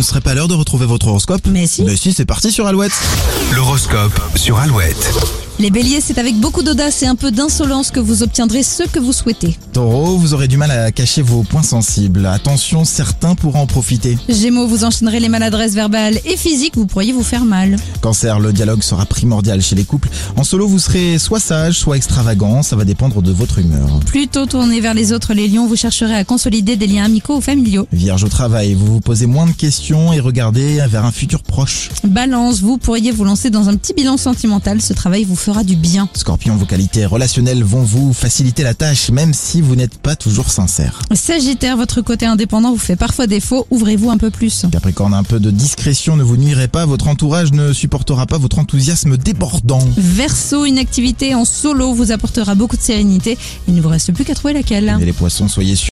serait pas l'heure de retrouver votre horoscope? Mais si. Mais si, c'est parti sur Alouette. L'horoscope sur Alouette. Les béliers, c'est avec beaucoup d'audace et un peu d'insolence que vous obtiendrez ce que vous souhaitez. Taureau, vous aurez du mal à cacher vos points sensibles. Attention, certains pourront en profiter. Gémeaux, vous enchaînerez les maladresses verbales et physiques, vous pourriez vous faire mal. Cancer, le dialogue sera primordial chez les couples. En solo, vous serez soit sage, soit extravagant. Ça va dépendre de votre humeur. Plutôt tourné vers les autres, les lions, vous chercherez à consolider des liens amicaux ou familiaux. Vierge, au travail, vous vous posez moins de questions et regardez vers un futur proche. Balance, vous pourriez vous lancer dans un petit bilan sentimental, ce travail vous fera du bien. Scorpion, vos qualités relationnelles vont vous faciliter la tâche, même si vous n'êtes pas toujours sincère. Sagittaire, votre côté indépendant vous fait parfois défaut, ouvrez-vous un peu plus. Capricorne, un peu de discrétion ne vous nuirait pas, votre entourage ne supportera pas votre enthousiasme débordant. Verseau, une activité en solo vous apportera beaucoup de sérénité, il ne vous reste plus qu'à trouver laquelle. Et les poissons, soyez sûrs